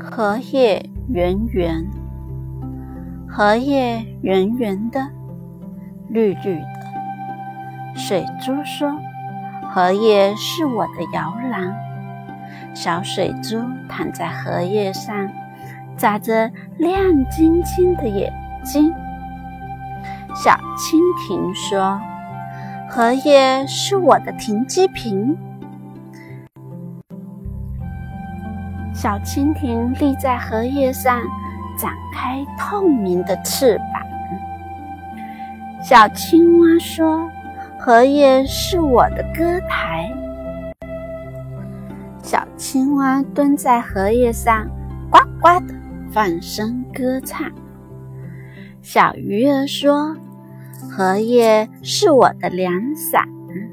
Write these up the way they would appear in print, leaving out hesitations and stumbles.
荷叶圆圆，荷叶圆圆的，绿绿的。水珠说：荷叶是我的摇篮。小水珠躺在荷叶上，眨着亮晶晶的眼睛。小蜻蜓说：荷叶是我的停机坪。小蜻蜓立在荷叶上，展开透明的翅膀。小青蛙说：荷叶是我的歌台。小青蛙蹲在荷叶上，呱呱地放声歌唱。小鱼儿说：荷叶是我的凉伞。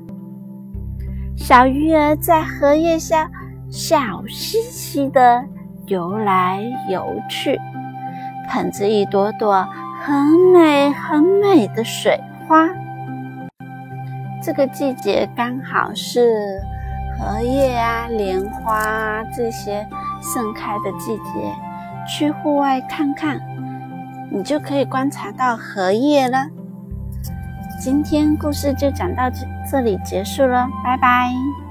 小鱼儿在荷叶下笑嘻嘻地游来游去，捧着一朵朵很美很美的水花。这个季节刚好是荷叶啊、莲花啊这些盛开的季节，去户外看看，你就可以观察到荷叶了。今天故事就讲到这里结束了，拜拜。